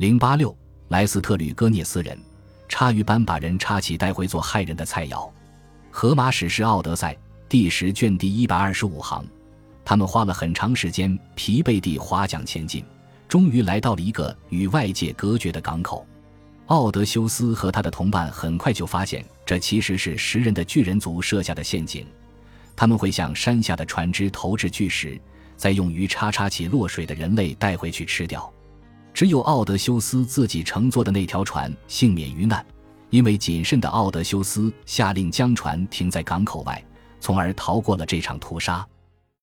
086莱斯特吕戈涅斯人，插鱼般把人插起带回做害人的菜肴。荷马史诗奥德赛第10卷第125行，他们花了很长时间疲惫地划桨前进，终于来到了一个与外界隔绝的港口。奥德修斯和他的同伴很快就发现，这其实是食人的巨人族设下的陷阱。他们会向山下的船只投掷巨石，再用鱼叉插起落水的人类带回去吃掉。只有奥德修斯自己乘坐的那条船幸免于难，因为谨慎的奥德修斯下令将船停在港口外，从而逃过了这场屠杀。